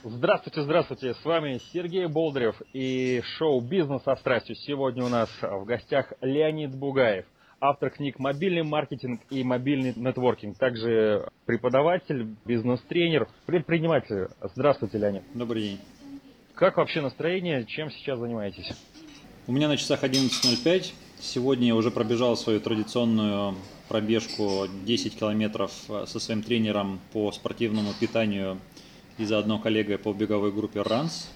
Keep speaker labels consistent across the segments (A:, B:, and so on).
A: Здравствуйте, здравствуйте, с вами Сергей Болдырев и шоу «Бизнес со страстью». Сегодня у нас в гостях Леонид Бугаев, автор книг «Мобильный маркетинг» и «Мобильный нетворкинг», также преподаватель, бизнес-тренер, предприниматель. Здравствуйте, Леонид.
B: Добрый день.
A: Как вообще настроение, чем сейчас занимаетесь?
B: У меня на часах 11:05. Сегодня я уже пробежал свою традиционную пробежку 10 километров со своим тренером по спортивному питанию и заодно коллегой по беговой группе RUNS.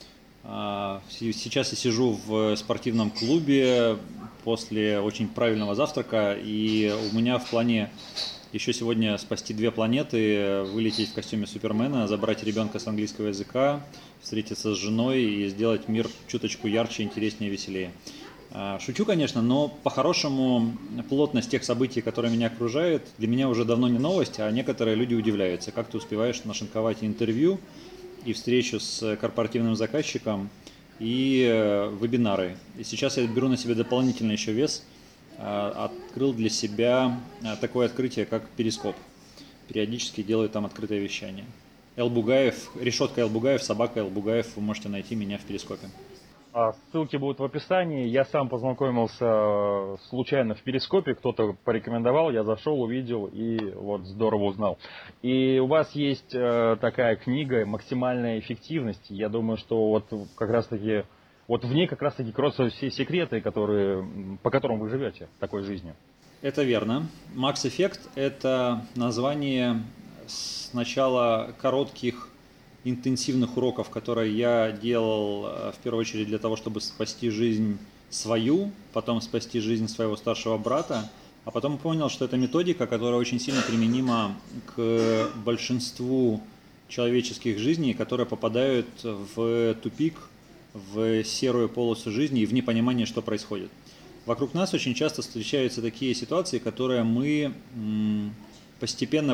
B: Сейчас я сижу в спортивном клубе после очень правильного завтрака, и у меня в плане еще сегодня спасти 2 планеты, вылететь в костюме Супермена, забрать ребенка с английского языка, встретиться с женой и сделать мир чуточку ярче, интереснее, веселее. Шучу, конечно, но по-хорошему плотность тех событий, которые меня окружают, для меня уже давно не новость, а некоторые люди удивляются, как ты успеваешь нашинковать интервью и встречу с корпоративным заказчиком и вебинары. И сейчас я беру на себя дополнительный еще вес, открыл для себя такое открытие, как Перископ. Периодически делаю там открытое вещание. Элбугаев, решетка Элбугаев, собака Элбугаев, вы можете найти меня в Перископе.
A: Ссылки будут в описании. Я сам познакомился случайно в Перископе, кто-то порекомендовал, я зашел, увидел и вот здорово узнал. И у вас есть такая книга «Максимальная эффективность». Я думаю, что вот как раз-таки вот в ней как раз-таки кроются все секреты, по которым вы живете такой жизнью.
B: Это верно. Max Effect – это название сначала коротких интенсивных уроков, которые я делал в первую очередь для того, чтобы спасти жизнь свою, потом спасти жизнь своего старшего брата, а потом понял, что это методика, которая очень сильно применима к большинству человеческих жизней, которые попадают в тупик, в серую полосу жизни и в непонимание, что происходит. Вокруг нас очень часто встречаются такие ситуации, которые мы постепенно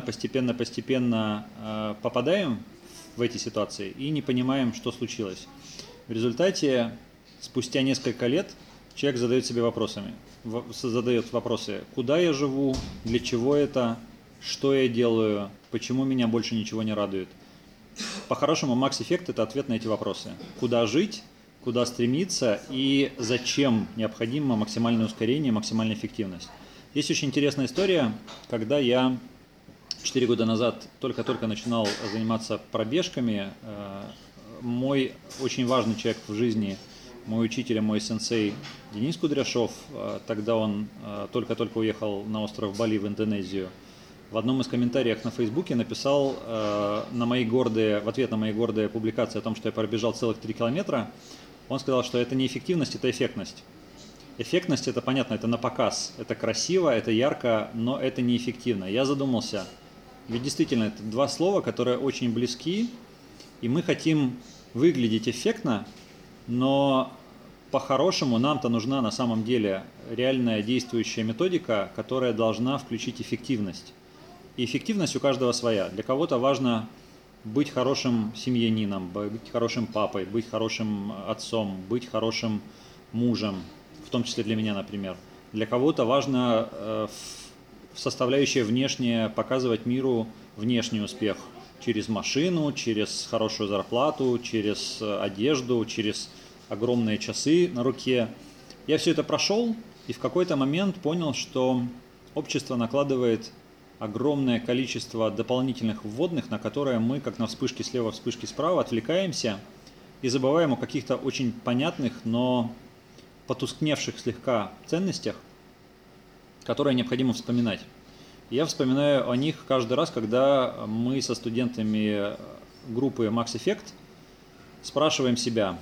B: попадаем в эти ситуации и не понимаем, что случилось. В результате, спустя несколько лет, человек задает себе задает вопросы, куда я живу, для чего это, что я делаю, почему меня больше ничего не радует. По-хорошему, Max Effect – это ответ на эти вопросы. Куда жить, куда стремиться и зачем необходимо максимальное ускорение, максимальная эффективность. Есть очень интересная история, когда я 4 года назад только-только начинал заниматься пробежками. Мой очень важный человек в жизни, мой учитель, мой сенсей Денис Кудряшов, тогда он только-только уехал на остров Бали в Индонезию, в одном из комментариев на Фейсбуке написал в ответ на мои гордые публикации о том, что я пробежал целых 3 километра, он сказал, что это не эффективность, это эффектность. Эффектность – это понятно, это на показ, это красиво, это ярко, но это не эффективно. Я задумался. Ведь действительно, это 2 слова, которые очень близки, и мы хотим выглядеть эффектно, но по-хорошему нам-то нужна на самом деле реальная действующая методика, которая должна включить эффективность. И эффективность у каждого своя. Для кого-то важно быть хорошим семьянином, быть хорошим папой, быть хорошим отцом, быть хорошим мужем, в том числе для меня, например. Для кого-то важно составляющая внешняя показывать миру внешний успех через машину, через хорошую зарплату, через одежду, через огромные часы на руке. Я все это прошел и в какой-то момент понял, что общество накладывает огромное количество дополнительных вводных, на которые мы, как на вспышке слева, вспышке справа, отвлекаемся и забываем о каких-то очень понятных, но потускневших слегка ценностях, которые необходимо вспоминать. Я вспоминаю о них каждый раз, когда мы со студентами группы Max Effect спрашиваем себя,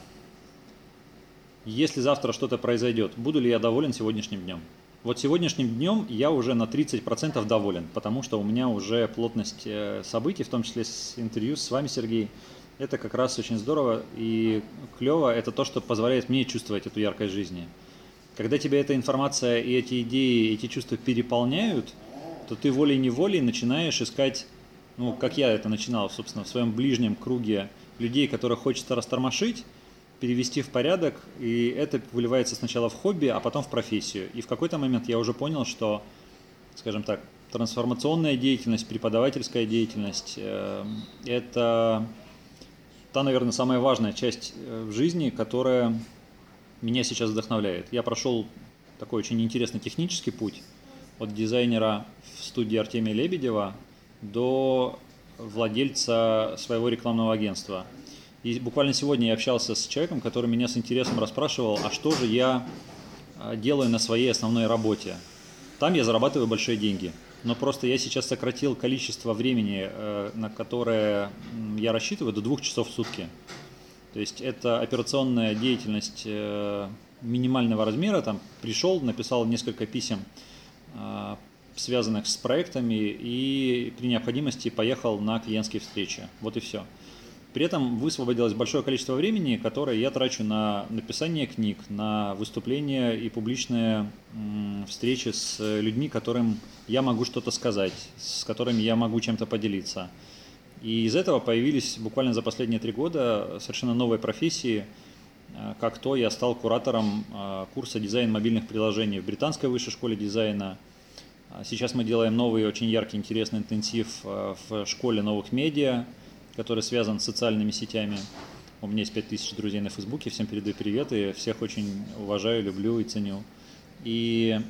B: если завтра что-то произойдет, буду ли я доволен сегодняшним днем? Вот сегодняшним днем я уже на 30% доволен, потому что у меня уже плотность событий, в том числе с интервью с вами, Сергей, это как раз очень здорово и клево. Это то, что позволяет мне чувствовать эту яркость жизни. Когда тебя эта информация и эти идеи, эти чувства переполняют, то ты волей-неволей начинаешь искать, как я это начинал, собственно, в своем ближнем круге людей, которых хочется растормошить, перевести в порядок, и это выливается сначала в хобби, а потом в профессию. И в какой-то момент я уже понял, что, скажем так, трансформационная деятельность, преподавательская деятельность – это та, наверное, самая важная часть в жизни, которая меня сейчас вдохновляет. Я прошел такой очень интересный технический путь от дизайнера в студии Артемия Лебедева до владельца своего рекламного агентства. И буквально сегодня я общался с человеком, который меня с интересом расспрашивал, а что же я делаю на своей основной работе. Там я зарабатываю большие деньги, но просто я сейчас сократил количество времени, на которое я рассчитываю, до 2 часов в сутки. То есть это операционная деятельность минимального размера, там пришел, написал несколько писем, связанных с проектами, и при необходимости поехал на клиентские встречи. Вот и все. При этом высвободилось большое количество времени, которое я трачу на написание книг, на выступления и публичные встречи с людьми, которым я могу что-то сказать, с которыми я могу чем-то поделиться. И из этого появились буквально за последние 3 года совершенно новые профессии. Как то я стал куратором курса «Дизайн мобильных приложений» в Британской высшей школе дизайна. Сейчас мы делаем новый, очень яркий, интересный интенсив в школе новых медиа, который связан с социальными сетями. У меня есть 5000 друзей на Фейсбуке, всем передаю привет, и всех очень уважаю, люблю и ценю. И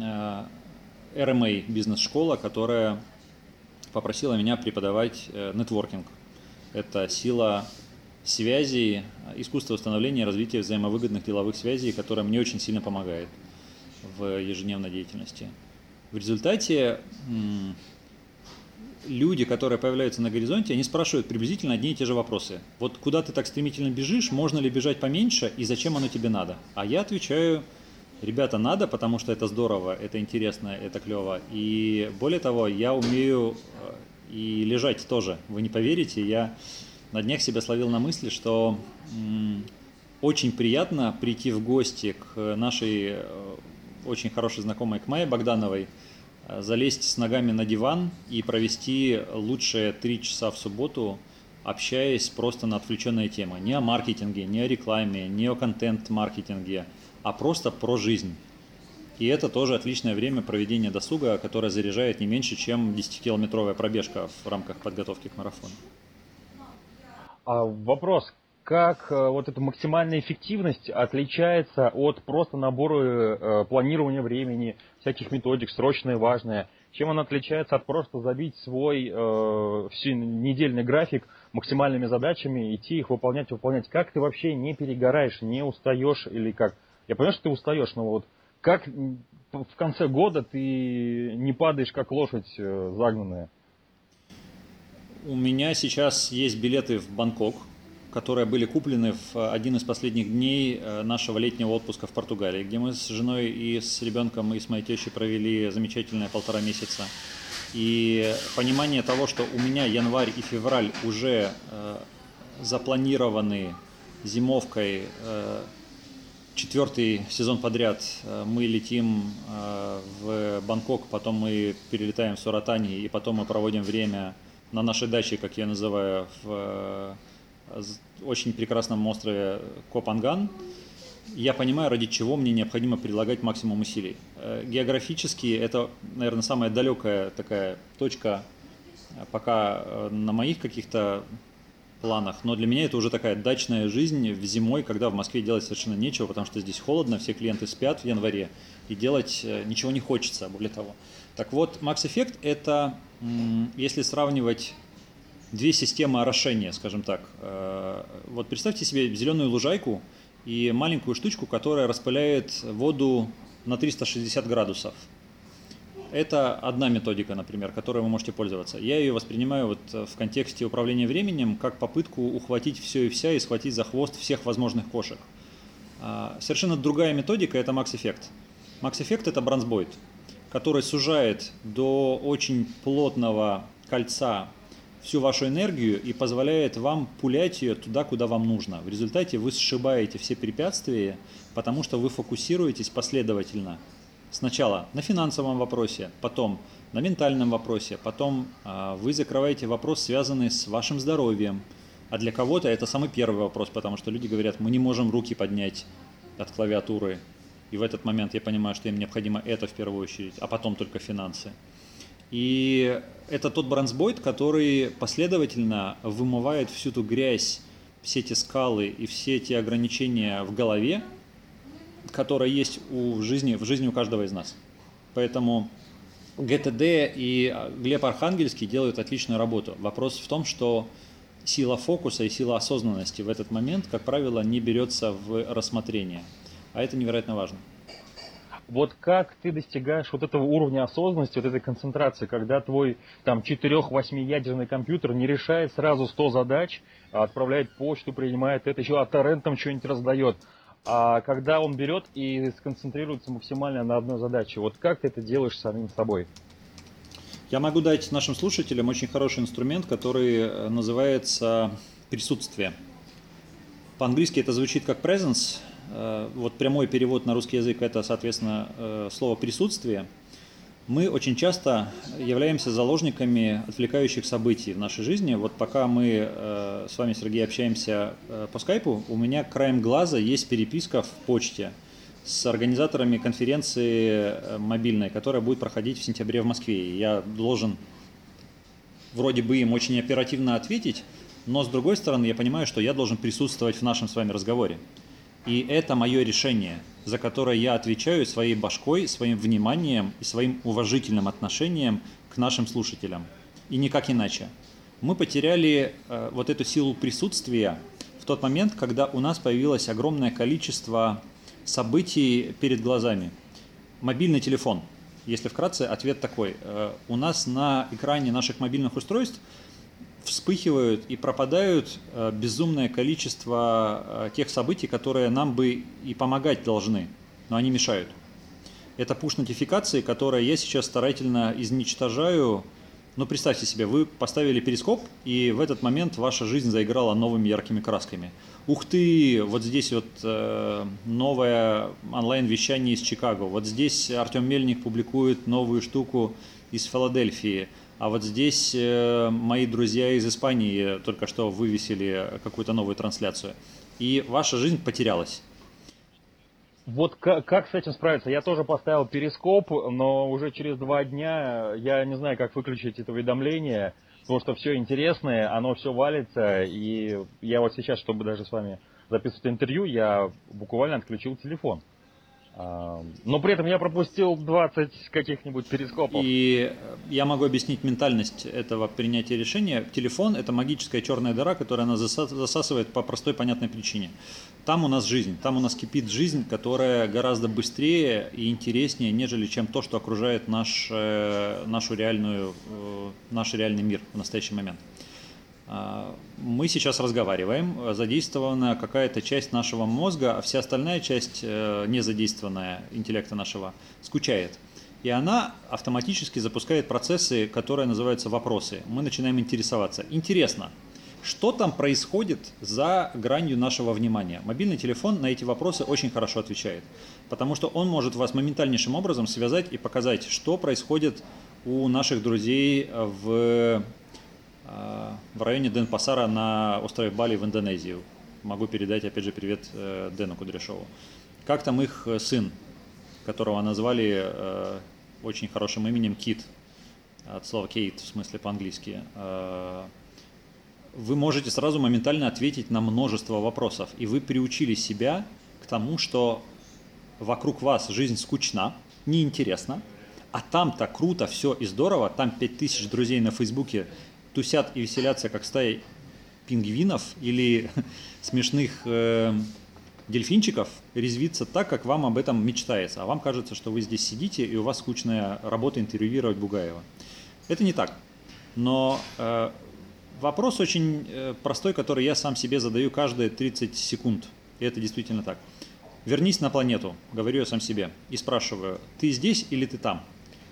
B: RMA бизнес-школа, которая попросила меня преподавать нетворкинг. Это сила связей, искусство установления и развития взаимовыгодных деловых связей, которая мне очень сильно помогает в ежедневной деятельности. В результате люди, которые появляются на горизонте, они спрашивают приблизительно одни и те же вопросы. Вот куда ты так стремительно бежишь, можно ли бежать поменьше и зачем оно тебе надо? А я отвечаю, ребята, надо, потому что это здорово, это интересно, это клево. И более того, я умею и лежать тоже. Вы не поверите, я на днях себя словил на мысли, что очень приятно прийти в гости к нашей очень хорошей знакомой, к Майе Богдановой, залезть с ногами на диван и провести лучшие 3 часа в субботу, общаясь просто на отвлеченные темы. Не о маркетинге, не о рекламе, не о контент-маркетинге, а просто про жизнь. И это тоже отличное время проведения досуга, которое заряжает не меньше, чем 10-километровая пробежка в рамках подготовки к марафону.
A: Вопрос. Как вот эта максимальная эффективность отличается от просто набора планирования времени, всяких методик, срочное, важное? Чем она отличается от просто забить свой недельный график максимальными задачами, идти их выполнять? Как ты вообще не перегораешь, не устаешь или как? Я понимаю, что ты устаешь, но вот как в конце года ты не падаешь, как лошадь загнанная?
B: У меня сейчас есть билеты в Бангкок, которые были куплены в один из последних дней нашего летнего отпуска в Португалии, где мы с женой и с ребенком и с моей тещей провели замечательные 1,5 месяца. И понимание того, что у меня январь и февраль уже запланированы зимовкой, 4-й сезон подряд мы летим в Бангкок, потом мы перелетаем в Суратани, и потом мы проводим время на нашей даче, как я называю, в очень прекрасном острове Коh Phangan. Я понимаю, ради чего мне необходимо прилагать максимум усилий. Географически это, наверное, самая далекая такая точка пока на моих каких-то планах, но для меня это уже такая дачная жизнь в зимой, когда в Москве делать совершенно нечего, потому что здесь холодно, все клиенты спят в январе, и делать ничего не хочется, более того. Так вот, Max Effect – это, если сравнивать 2 системы орошения, скажем так. Вот представьте себе зеленую лужайку и маленькую штучку, которая распыляет воду на 360 градусов. Это одна методика, например, которой вы можете пользоваться. Я ее воспринимаю вот в контексте управления временем как попытку ухватить все и вся и схватить за хвост всех возможных кошек. Совершенно другая методика – это Max Effect. Max Effect – это бронзбойд, который сужает до очень плотного кольца всю вашу энергию и позволяет вам пулять ее туда, куда вам нужно. В результате вы сшибаете все препятствия, потому что вы фокусируетесь последовательно. Сначала на финансовом вопросе, потом на ментальном вопросе, потом вы закрываете вопрос, связанный с вашим здоровьем. А для кого-то это самый первый вопрос, потому что люди говорят, мы не можем руки поднять от клавиатуры. И в этот момент я понимаю, что им необходимо это в первую очередь, а потом только финансы. И это тот бронзбойд, который последовательно вымывает всю ту грязь все те скалы и все те ограничения в голове, которые есть в жизни у каждого из нас. Поэтому ГТД и Глеб Архангельский делают отличную работу. Вопрос в том, что сила фокуса и сила осознанности в этот момент, как правило, не берется в рассмотрение. А это невероятно важно.
A: Вот как ты достигаешь вот этого уровня осознанности, вот этой концентрации, когда твой там 4-8-ядерный компьютер не решает сразу 100 задач, а отправляет почту, принимает это, еще торрентом что-нибудь раздает, а когда он берет и сконцентрируется максимально на одной задаче, вот как ты это делаешь самим собой?
B: Я могу дать нашим слушателям очень хороший инструмент, который называется присутствие. По-английски это звучит как presence. Вот прямой перевод на русский язык – это, соответственно, слово «присутствие». Мы очень часто являемся заложниками отвлекающих событий в нашей жизни. Вот пока мы с вами, Сергей, общаемся по скайпу, у меня краем глаза есть переписка в почте с организаторами конференции мобильной, которая будет проходить в сентябре в Москве. И я должен вроде бы им очень оперативно ответить, но с другой стороны я понимаю, что я должен присутствовать в нашем с вами разговоре. И это мое решение, за которое я отвечаю своей башкой, своим вниманием и своим уважительным отношением к нашим слушателям. И никак иначе. Мы потеряли вот эту силу присутствия в тот момент, когда у нас появилось огромное количество событий перед глазами. Мобильный телефон. Если вкратце, ответ такой. У нас на экране наших мобильных устройств вспыхивают и пропадают безумное количество тех событий, которые нам бы и помогать должны, но они мешают. Это пуш-нотификации, которые я сейчас старательно изничтожаю. Ну, представьте себе, вы поставили перископ, и в этот момент ваша жизнь заиграла новыми яркими красками. Ух ты, вот здесь вот новое онлайн-вещание из Чикаго, вот здесь Артем Мельник публикует новую штуку из Филадельфии, а вот здесь мои друзья из Испании только что вывесили какую-то новую трансляцию. И ваша жизнь потерялась.
A: Вот как с этим справиться? Я тоже поставил перископ, но уже через 2 дня я не знаю, как выключить это уведомление, потому что все интересное, оно все валится, и я вот сейчас, чтобы даже с вами записывать интервью, я буквально отключил телефон. Но при этом я пропустил 20 каких-нибудь перископов.
B: И я могу объяснить ментальность этого принятия решения. Телефон – это магическая черная дыра, которая нас засасывает по простой понятной причине. Там у нас жизнь, там у нас кипит жизнь, которая гораздо быстрее и интереснее, нежели чем то, что окружает наш реальный мир в настоящий момент. Мы сейчас разговариваем, задействована какая-то часть нашего мозга, а вся остальная часть, не задействованная интеллекта нашего, скучает. И она автоматически запускает процессы, которые называются вопросы. Мы начинаем интересоваться. Интересно, что там происходит за гранью нашего внимания? Мобильный телефон на эти вопросы очень хорошо отвечает, потому что он может вас моментальнейшим образом связать и показать, что происходит у наших друзей в районе Денпасара на острове Бали в Индонезии. Могу передать, опять же, привет Дэну Кудряшову. Как там их сын, которого назвали очень хорошим именем Кит, от слова Кейт, в смысле по-английски. Вы можете сразу моментально ответить на множество вопросов, и вы приучили себя к тому, что вокруг вас жизнь скучна, неинтересна, а там-то круто, все и здорово, там 5000 друзей на Фейсбуке тусят и веселятся, как стая пингвинов или смешных дельфинчиков, резвиться так, как вам об этом мечтается. А вам кажется, что вы здесь сидите, и у вас скучная работа интервьюировать Бугаева. Это не так. Но вопрос очень простой, который я сам себе задаю каждые 30 секунд. И это действительно так. Вернись на планету, говорю я сам себе, и спрашиваю, ты здесь или ты там?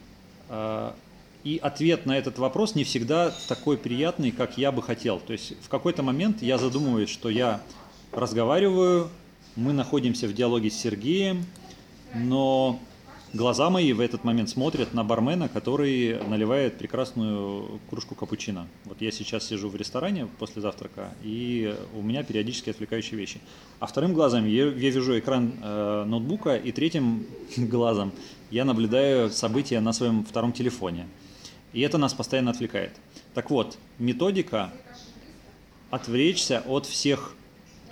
B: И ответ на этот вопрос не всегда такой приятный, как я бы хотел. То есть в какой-то момент я задумываюсь, что я разговариваю, мы находимся в диалоге с Сергеем, но глаза мои в этот момент смотрят на бармена, который наливает прекрасную кружку капучино. Вот я сейчас сижу в ресторане после завтрака, и у меня периодически отвлекающие вещи. А вторым глазом я вижу экран ноутбука, и третьим глазом я наблюдаю события на своем втором телефоне. И это нас постоянно отвлекает. Так вот, методика отвлечься от всех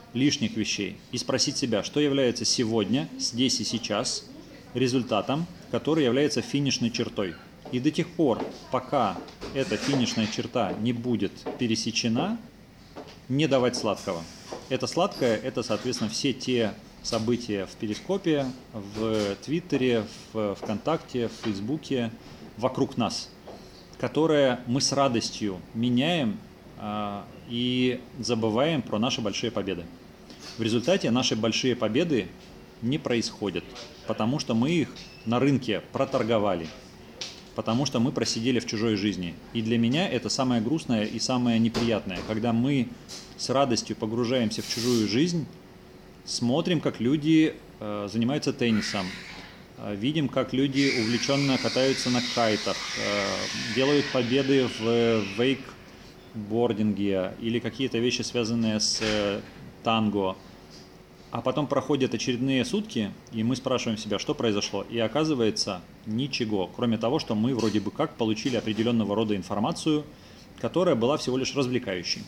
B: лишних вещей и спросить себя, что является сегодня, здесь и сейчас результатом, который является финишной чертой. И до тех пор, пока эта финишная черта не будет пересечена, не давать сладкого. Это сладкое, это, соответственно, все те события в Перископе, в Твиттере, в ВКонтакте, в Фейсбуке, вокруг нас, которые мы с радостью меняем и забываем про наши большие победы. В результате наши большие победы не происходят, потому что мы их на рынке проторговали, потому что мы просидели в чужой жизни. И для меня это самое грустное и самое неприятное, когда мы с радостью погружаемся в чужую жизнь, смотрим, как люди занимаются теннисом, видим, как люди увлеченно катаются на кайтах, делают победы в вейкбординге или какие-то вещи, связанные с танго. А потом проходят очередные сутки, и мы спрашиваем себя, что произошло. И оказывается, ничего, кроме того, что мы вроде бы как получили определенного рода информацию, которая была всего лишь развлекающей.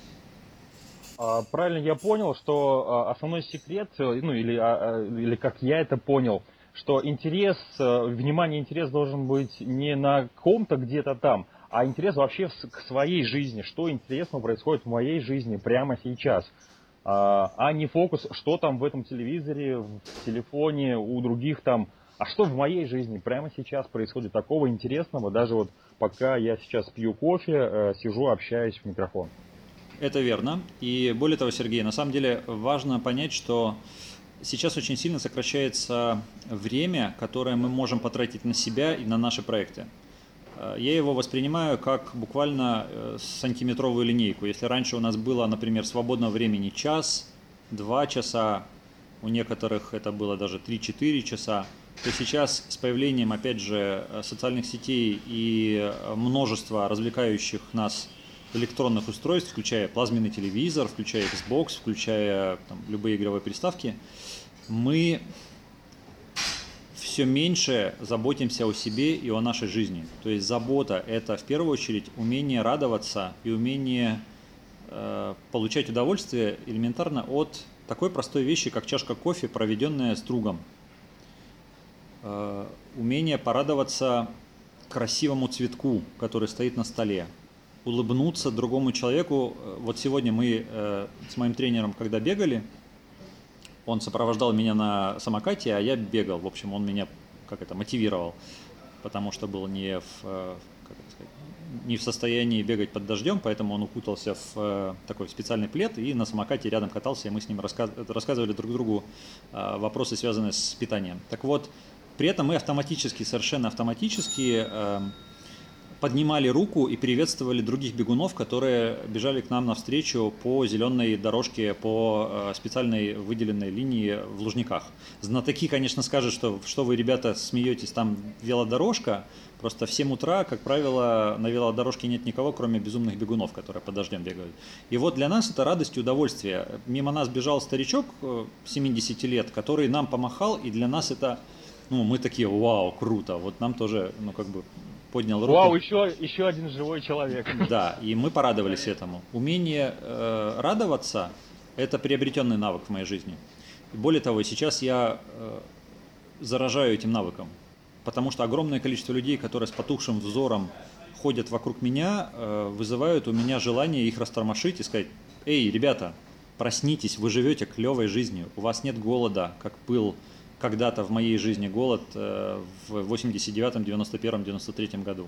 A: Правильно я понял, что основной секрет, ну или как я это понял, что интерес, внимание, интерес должен быть не на ком-то где-то там, а интерес вообще к своей жизни, что интересного происходит в моей жизни прямо сейчас. А не фокус, что там в этом телевизоре, в телефоне, у других там, а что в моей жизни прямо сейчас происходит такого интересного, даже вот пока я сейчас пью кофе, сижу, общаюсь в микрофон.
B: Это верно. И более того, Сергей, на самом деле важно понять, что сейчас очень сильно сокращается время, которое мы можем потратить на себя и на наши проекты. Я его воспринимаю как буквально сантиметровую линейку. Если раньше у нас было, например, свободного времени час, 2 часа, у некоторых это было даже 3-4 часа, то сейчас с появлением, опять же, социальных сетей и множества развлекающих нас электронных устройств, включая плазменный телевизор, включая Xbox, включая там, любые игровые приставки, мы все меньше заботимся о себе и о нашей жизни. То есть забота – это в первую очередь умение радоваться и умение получать удовольствие элементарно от такой простой вещи, как чашка кофе, проведенная с другом. Умение порадоваться красивому цветку, который стоит на столе. Улыбнуться другому человеку. Вот сегодня мы с моим тренером, когда бегали, он сопровождал меня на самокате, а я бегал. В общем, он меня мотивировал, потому что был не в состоянии бегать под дождем, поэтому он укутался в такой специальный плед и на самокате рядом катался, и мы с ним рассказывали друг другу вопросы, связанные с питанием. Так вот, при этом мы совершенно автоматически поднимали руку и приветствовали других бегунов, которые бежали к нам навстречу по зеленой дорожке, по специальной выделенной линии в Лужниках. Знатоки, конечно, скажут, что вы, ребята, смеетесь, там велодорожка, просто в 7 утра, как правило, на велодорожке нет никого, кроме безумных бегунов, которые под дождем бегают. И вот для нас это радость и удовольствие. Мимо нас бежал старичок 70 лет, который нам помахал, и для нас это, мы такие, вау, круто, вот нам тоже, поднял руку.
A: Вау, еще один живой человек.
B: Да, и мы порадовались этому. Умение радоваться – это приобретенный навык в моей жизни. И более того, сейчас я заражаю этим навыком, потому что огромное количество людей, которые с потухшим взором ходят вокруг меня, вызывают у меня желание их растормошить и сказать: «Эй, ребята, проснитесь, вы живете клевой жизнью, у вас нет голода, как был когда-то в моей жизни голод в 89-м, 91-м, 93-м году.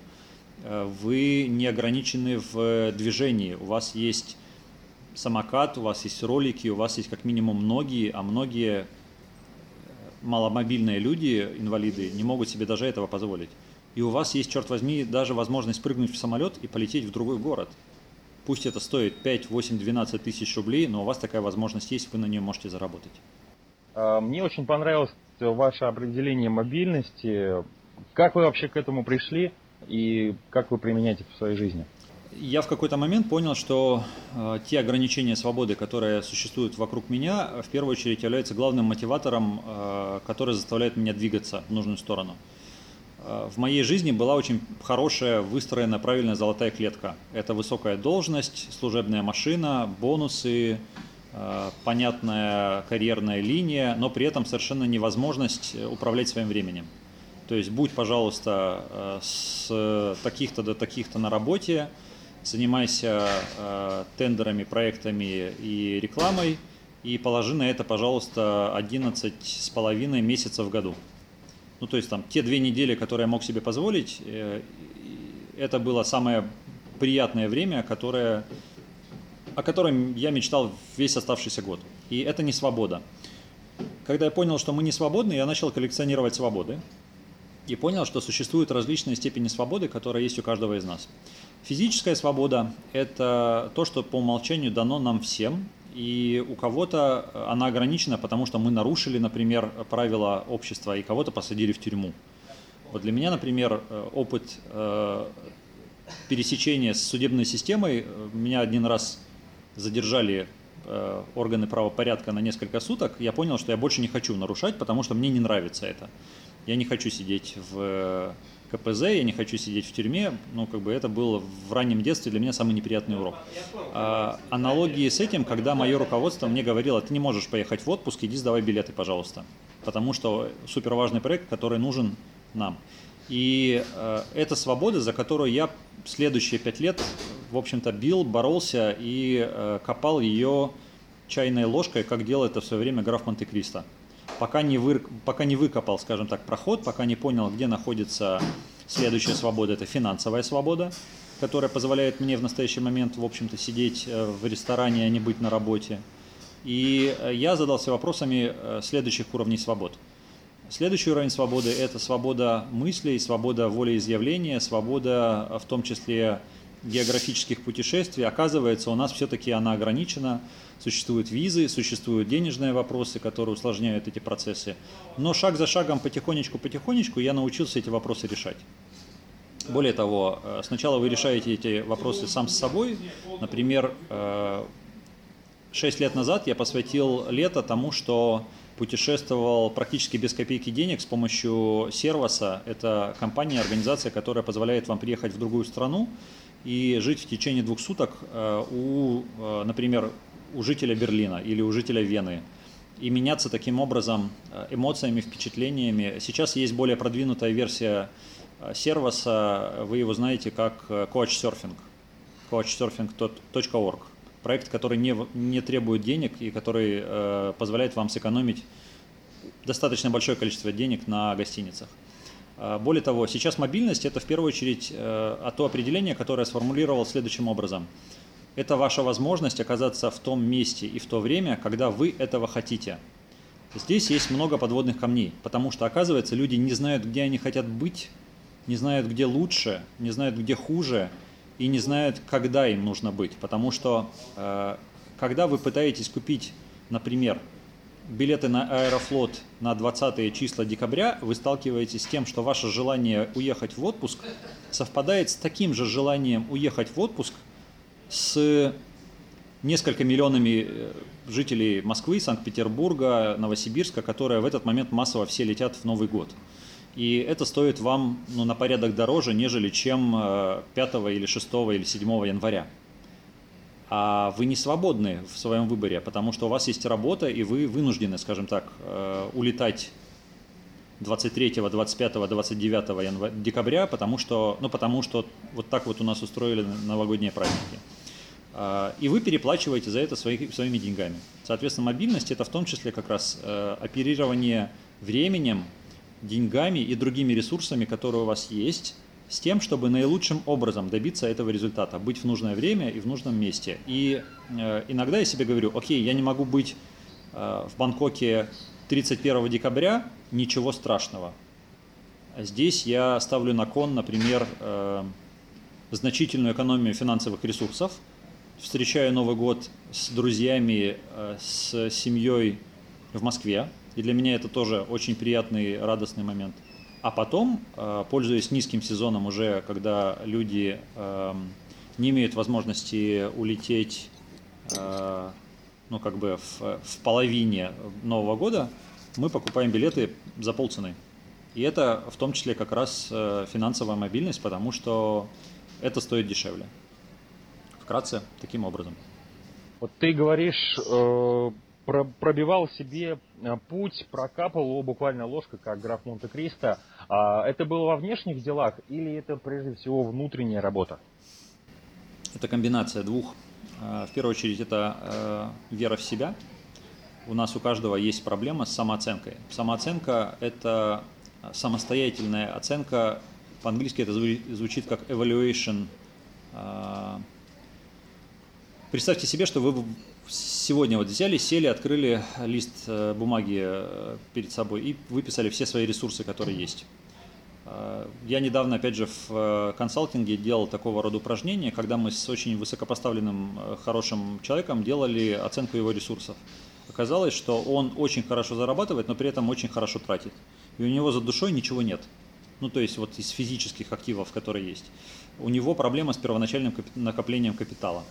B: Вы не ограничены в движении, у вас есть самокат, у вас есть ролики, у вас есть как минимум ноги, а многие маломобильные люди, инвалиды, не могут себе даже этого позволить. И у вас есть, черт возьми, даже возможность прыгнуть в самолет и полететь в другой город. Пусть это стоит 5, 8, 12 тысяч рублей, но у вас такая возможность есть, вы на нее можете заработать».
A: Мне очень понравилось ваше определение мобильности. Как вы вообще к этому пришли и как вы применяете это в своей жизни?
B: Я в какой-то момент понял, что те ограничения свободы, которые существуют вокруг меня, в первую очередь являются главным мотиватором, который заставляет меня двигаться в нужную сторону. В моей жизни была очень хорошая, выстроена правильная золотая клетка. Это высокая должность, служебная машина, бонусы, понятная карьерная линия, но при этом совершенно невозможность управлять своим временем. То есть будь, пожалуйста, с таких-то до таких-то на работе, занимайся тендерами, проектами и рекламой, и положи на это, пожалуйста, 11,5 месяцев в году. Ну, то есть там те 2 недели, которые я мог себе позволить, это было самое приятное время, о котором я мечтал весь оставшийся год. И это не свобода. Когда я понял, что мы не свободны, я начал коллекционировать свободы. И понял, что существуют различные степени свободы, которые есть у каждого из нас. Физическая свобода – это то, что по умолчанию дано нам всем. И у кого-то она ограничена, потому что мы нарушили, например, правила общества, и кого-то посадили в тюрьму. Вот для меня, например, опыт пересечения с судебной системой, меня один раз задержали органы правопорядка на несколько суток, я понял, что я больше не хочу нарушать, потому что мне не нравится это. Я не хочу сидеть в КПЗ, я не хочу сидеть в тюрьме. Ну, как бы это было в раннем детстве для меня самый неприятный урок. Аналогии с этим, когда мое руководство мне говорило: ты не можешь поехать в отпуск, иди сдавай билеты, пожалуйста. Потому что суперважный проект, который нужен нам. И это свобода, за которую я следующие 5 лет, в общем-то, бил, боролся и копал ее чайной ложкой, как делал это в свое время граф Монте-Кристо. Пока не выкопал, скажем так, проход, пока не понял, где находится следующая свобода. Это финансовая свобода, которая позволяет мне в настоящий момент, в общем-то, сидеть в ресторане, а не быть на работе. И я задался вопросами следующих уровней свобод. Следующий уровень свободы – это свобода мыслей, свобода волеизъявления, свобода, в том числе, географических путешествий. Оказывается, у нас все-таки она ограничена. Существуют визы, существуют денежные вопросы, которые усложняют эти процессы. Но шаг за шагом, потихонечку я научился эти вопросы решать. Более того, сначала вы решаете эти вопросы сам с собой. Например, 6 лет назад я посвятил лето тому, что путешествовал практически без копейки денег с помощью Servos. Это компания, организация, которая позволяет вам приехать в другую страну и жить в течение 2 суток например, у жителя Берлина или у жителя Вены, и меняться таким образом эмоциями, впечатлениями. Сейчас есть более продвинутая версия Servos, вы его знаете как Couchsurfing, couchsurfing.org. Проект, который не требует денег и который позволяет вам сэкономить достаточно большое количество денег на гостиницах. Более того, сейчас мобильность – это в первую очередь то определение, которое я сформулировал следующим образом. Это ваша возможность оказаться в том месте и в то время, когда вы этого хотите. Здесь есть много подводных камней, потому что, оказывается, люди не знают, где они хотят быть, не знают, где лучше, не знают, где хуже, и не знают, когда им нужно быть. Потому что, когда вы пытаетесь купить, например, билеты на Аэрофлот на 20 числа декабря, вы сталкиваетесь с тем, что ваше желание уехать в отпуск совпадает с таким же желанием уехать в отпуск с несколькими миллионами жителей Москвы, Санкт-Петербурга, Новосибирска, которые в этот момент массово все летят в Новый год. И это стоит вам на порядок дороже, нежели чем 5 или 6 или 7 января. А вы не свободны в своем выборе, потому что у вас есть работа, и вы вынуждены, скажем так, улетать 23, 25, 29 декабря, потому что вот так вот у нас устроили новогодние праздники. И вы переплачиваете за это своими деньгами. Соответственно, мобильность – это в том числе как раз оперирование временем, деньгами и другими ресурсами, которые у вас есть, с тем, чтобы наилучшим образом добиться этого результата, быть в нужное время и в нужном месте. И иногда я себе говорю: окей, я не могу быть в Бангкоке 31 декабря, ничего страшного. Здесь я ставлю на кон, например, значительную экономию финансовых ресурсов, встречаю Новый год с друзьями, с семьей в Москве, и для меня это тоже очень приятный, радостный момент. А потом, пользуясь низким сезоном уже, когда люди не имеют возможности улететь в половине Нового года, мы покупаем билеты за полцены. И это в том числе как раз финансовая мобильность, потому что это стоит дешевле. Вкратце, таким образом.
A: Вот ты говоришь, пробивал себе путь, прокапал его буквально ложкой, как граф Монте-Кристо. Это было во внешних делах или это прежде всего внутренняя работа?
B: Это комбинация двух. В первую очередь это вера в себя. У нас у каждого есть проблема с самооценкой. Самооценка – это самостоятельная оценка. По-английски это звучит как evaluation. Представьте себе, что вы сегодня вот взяли, сели, открыли лист бумаги перед собой и выписали все свои ресурсы, которые есть. Я недавно, опять же, в консалтинге делал такого рода упражнения, когда мы с очень высокопоставленным, хорошим человеком делали оценку его ресурсов. Оказалось, что он очень хорошо зарабатывает, но при этом очень хорошо тратит. И у него за душой ничего нет. Ну, то есть вот из физических активов, которые есть. У него проблема с первоначальным накоплением капитала.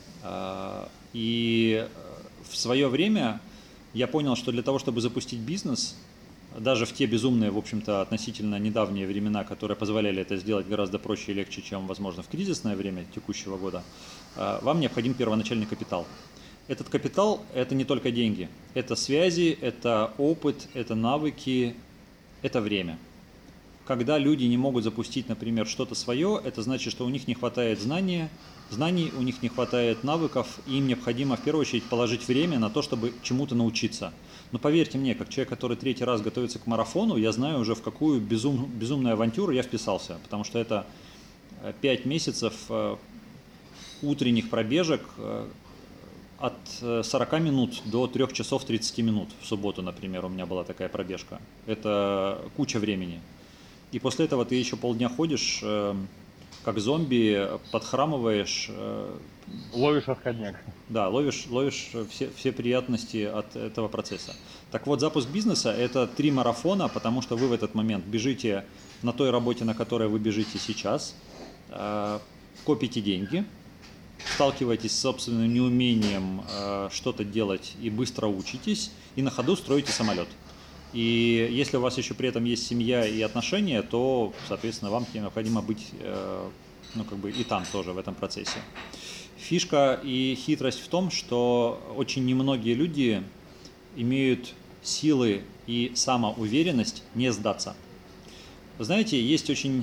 B: И в свое время я понял, что для того, чтобы запустить бизнес, даже в те безумные, в общем-то, относительно недавние времена, которые позволяли это сделать гораздо проще и легче, чем, возможно, в кризисное время текущего года, вам необходим первоначальный капитал. Этот капитал – это не только деньги, это связи, это опыт, это навыки, это время. Когда люди не могут запустить, например, что-то свое, это значит, что у них не хватает знаний, у них не хватает навыков, и им необходимо в первую очередь положить время на то, чтобы чему-то научиться. Но поверьте мне, как человек, который 3-й раз готовится к марафону, я знаю уже, в какую безумную авантюру я вписался, потому что это 5 месяцев утренних пробежек от 40 минут до 3 часов 30 минут. В субботу, например, у меня была такая пробежка. Это куча времени. И после этого ты еще полдня ходишь, как зомби, подхрамываешь.
A: Ловишь отходняк.
B: Да, ловишь все приятности от этого процесса. Так вот, запуск бизнеса – это 3 марафона, потому что вы в этот момент бежите на той работе, на которой вы бежите сейчас, копите деньги, сталкиваетесь с собственным неумением что-то делать и быстро учитесь, и на ходу строите самолет. И если у вас еще при этом есть семья и отношения, то, соответственно, вам необходимо быть и там тоже в этом процессе. Фишка и хитрость в том, что очень немногие люди имеют силы и самоуверенность не сдаться. Вы знаете, есть очень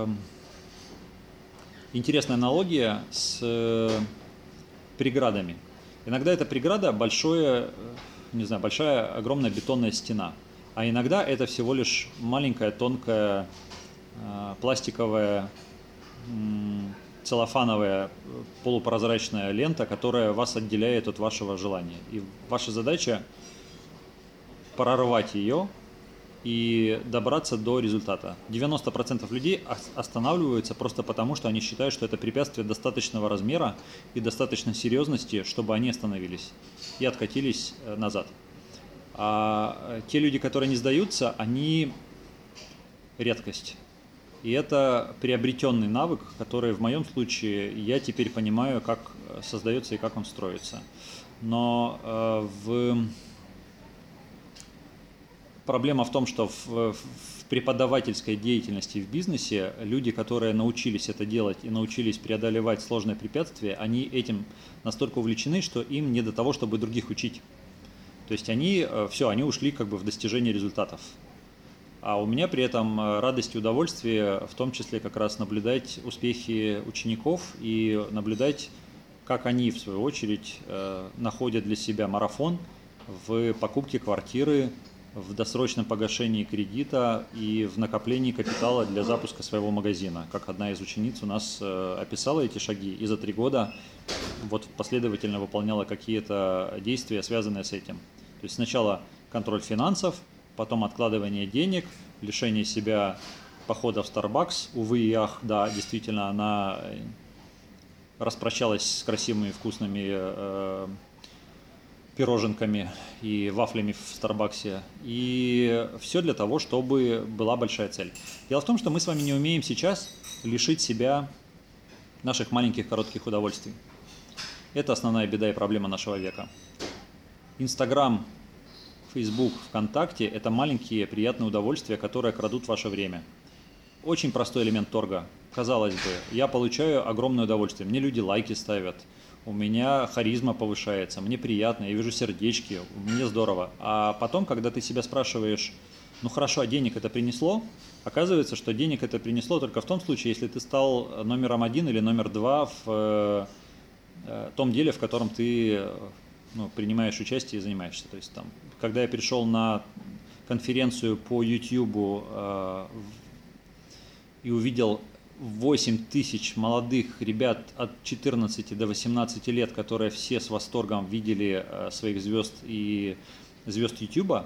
B: интересная аналогия с преградами. Иногда эта преграда большая огромная бетонная стена. А иногда это всего лишь маленькая, тонкая, пластиковая, целлофановая, полупрозрачная лента, которая вас отделяет от вашего желания. И ваша задача прорвать ее и добраться до результата. 90% людей останавливаются просто потому, что они считают, что это препятствие достаточного размера и достаточной серьезности, чтобы они остановились и откатились назад. А те люди, которые не сдаются, они редкость. И это приобретенный навык, который в моем случае я теперь понимаю, как создается и как он строится. Но проблема в том, что в преподавательской деятельности в бизнесе люди, которые научились это делать и научились преодолевать сложные препятствия, они этим настолько увлечены, что им не до того, чтобы других учить. То есть они ушли в достижение результатов. А у меня при этом радость и удовольствие, в том числе как раз наблюдать успехи учеников и наблюдать, как они, в свою очередь, находят для себя марафон в покупке квартиры, в досрочном погашении кредита и в накоплении капитала для запуска своего магазина. Как одна из учениц у нас описала эти шаги и за 3 года последовательно выполняла какие-то действия, связанные с этим. То есть сначала контроль финансов, потом откладывание денег, лишение себя похода в Starbucks. Увы и ах, да, действительно, она распрощалась с красивыми вкусными пироженками и вафлями в Старбаксе. И все для того, чтобы была большая цель. Дело в том, что мы с вами не умеем сейчас лишить себя наших маленьких коротких удовольствий. Это основная беда и проблема нашего века. Инстаграм, Фейсбук, ВКонтакте – это маленькие приятные удовольствия, которые крадут ваше время. Очень простой элемент торга. Казалось бы, я получаю огромное удовольствие. Мне люди лайки ставят. у меня харизма повышается, мне приятно, я вижу сердечки, мне здорово. А потом, когда ты себя спрашиваешь, ну хорошо, а денег это принесло? Оказывается, что денег это принесло только в том случае, если ты стал номером 1 или номер 2 в том деле, в котором ты принимаешь участие и занимаешься. То есть там, когда я пришел на конференцию по YouTube и увидел 8 тысяч молодых ребят от 14 до 18 лет, которые все с восторгом видели своих звезд и звезд YouTube,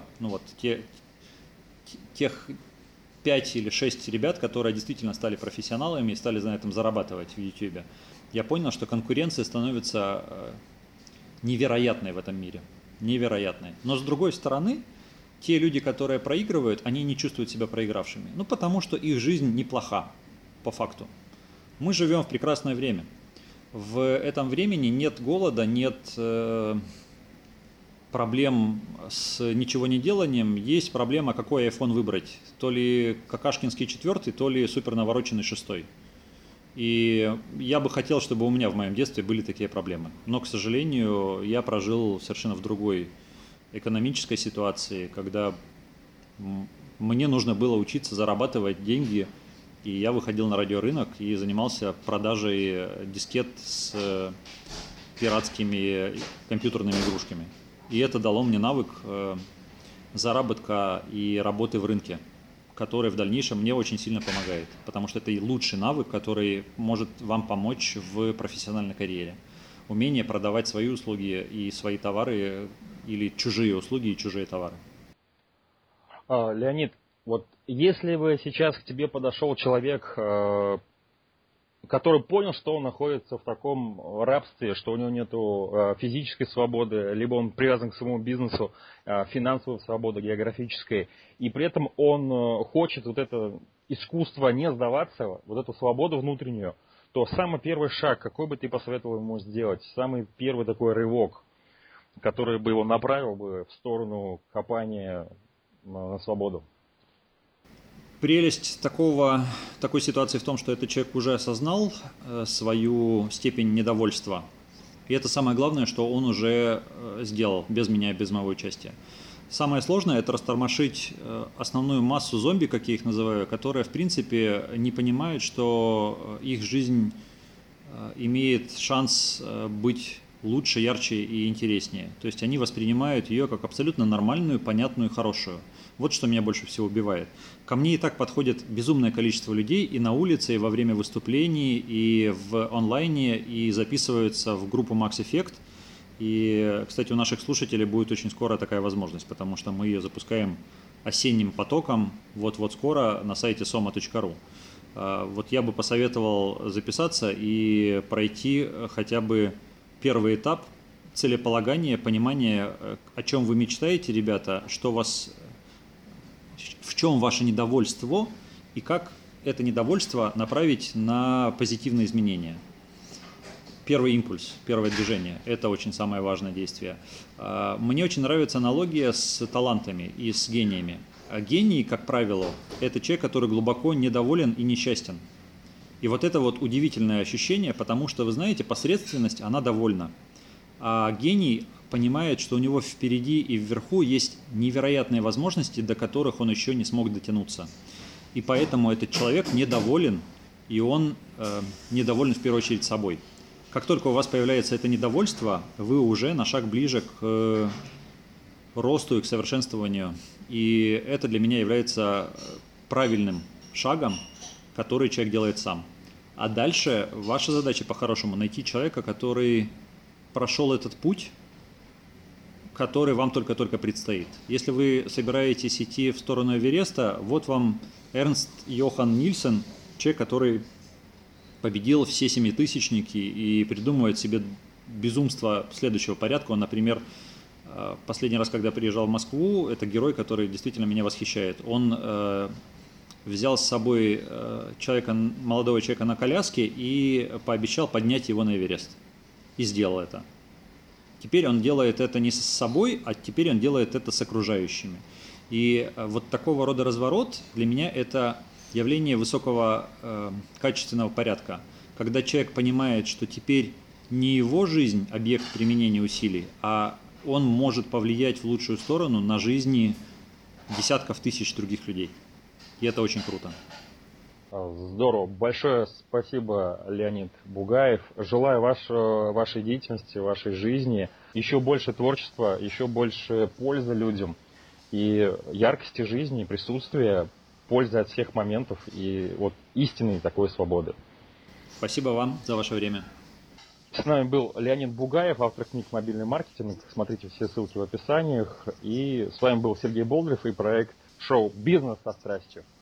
B: тех 5 или 6 ребят, которые действительно стали профессионалами и стали на этом зарабатывать в YouTube, я понял, что конкуренция становится невероятной в этом мире. Невероятной. Но с другой стороны, те люди, которые проигрывают, они не чувствуют себя проигравшими. Потому что их жизнь неплоха, по факту. Мы живем в прекрасное время. В этом времени нет голода, нет проблем с ничего не деланием. Есть проблема, какой iPhone выбрать. То ли какашкинский 4, то ли супер навороченный 6. И я бы хотел, чтобы у меня в моем детстве были такие проблемы. Но, к сожалению, я прожил совершенно в другой экономической ситуации, когда мне нужно было учиться зарабатывать деньги, и я выходил на радиорынок и занимался продажей дискет с пиратскими компьютерными игрушками. И это дало мне навык заработка и работы в рынке, который в дальнейшем мне очень сильно помогает, потому что это и лучший навык, который может вам помочь в профессиональной карьере. Умение продавать свои услуги и свои товары или чужие услуги и чужие товары.
A: Леонид, вот если бы сейчас к тебе подошел человек, который понял, что он находится в таком рабстве, что у него нет физической свободы, либо он привязан к своему бизнесу, финансовой свободы, географической, и при этом он хочет вот это искусство не сдаваться, вот эту свободу внутреннюю, то самый первый шаг, какой бы ты посоветовал ему сделать, самый первый такой рывок, который бы его направил бы в сторону копания на свободу?
B: Прелесть такой ситуации в том, что этот человек уже осознал свою степень недовольства. И это самое главное, что он уже сделал, без меня и без моего участия. Самое сложное – это растормошить основную массу зомби, как я их называю, которые, в принципе, не понимают, что их жизнь имеет шанс быть лучше, ярче и интереснее. То есть они воспринимают ее как абсолютно нормальную, понятную, хорошую. Вот что меня больше всего убивает. Ко мне и так подходит безумное количество людей и на улице, и во время выступлений, и в онлайне, и записываются в группу Max Effect. И, кстати, у наших слушателей будет очень скоро такая возможность, потому что мы ее запускаем осенним потоком вот-вот скоро на сайте soma.ru. Вот я бы посоветовал записаться и пройти хотя бы первый этап целеполагания, понимания, о чем вы мечтаете, ребята, в чем ваше недовольство и как это недовольство направить на позитивные изменения. Первый импульс, первое движение – это очень самое важное действие. Мне очень нравится аналогия с талантами и с гениями. Гений, как правило, это человек, который глубоко недоволен и несчастен. И вот это вот удивительное ощущение, потому что, вы знаете, посредственность, она довольна. А гений понимает, что у него впереди и вверху есть невероятные возможности, до которых он еще не смог дотянуться. И поэтому этот человек недоволен, и он недоволен в первую очередь собой. Как только у вас появляется это недовольство, вы уже на шаг ближе к росту и к совершенствованию. И это для меня является правильным шагом, который человек делает сам. А дальше ваша задача по-хорошему найти человека, который прошел этот путь, который вам только-только предстоит. Если вы собираетесь идти в сторону Эвереста, вот вам Эрнст Йохан Нильсен, человек, который победил все семитысячники и придумывает себе безумство следующего порядка. Он, например, последний раз, когда приезжал в Москву, это герой, который действительно меня восхищает. Он взял с собой молодого человека на коляске и пообещал поднять его на Эверест. И сделал это. Теперь он делает это не с собой, а теперь он делает это с окружающими. И вот такого рода разворот для меня это явление высокого качественного порядка. Когда человек понимает, что теперь не его жизнь объект применения усилий, а он может повлиять в лучшую сторону на жизни десятков тысяч других людей. И это очень круто.
A: Здорово. Большое спасибо, Леонид Бугаев. Желаю вашей деятельности, вашей жизни еще больше творчества, еще больше пользы людям и яркости жизни, и присутствия, пользы от всех моментов и вот истинной такой свободы.
B: Спасибо вам за ваше время.
A: С нами был Леонид Бугаев, автор книг «Мобильный маркетинг». Смотрите все ссылки в описаниях. И с вами был Сергей Болдырев и проект шоу «Бизнес со страстью».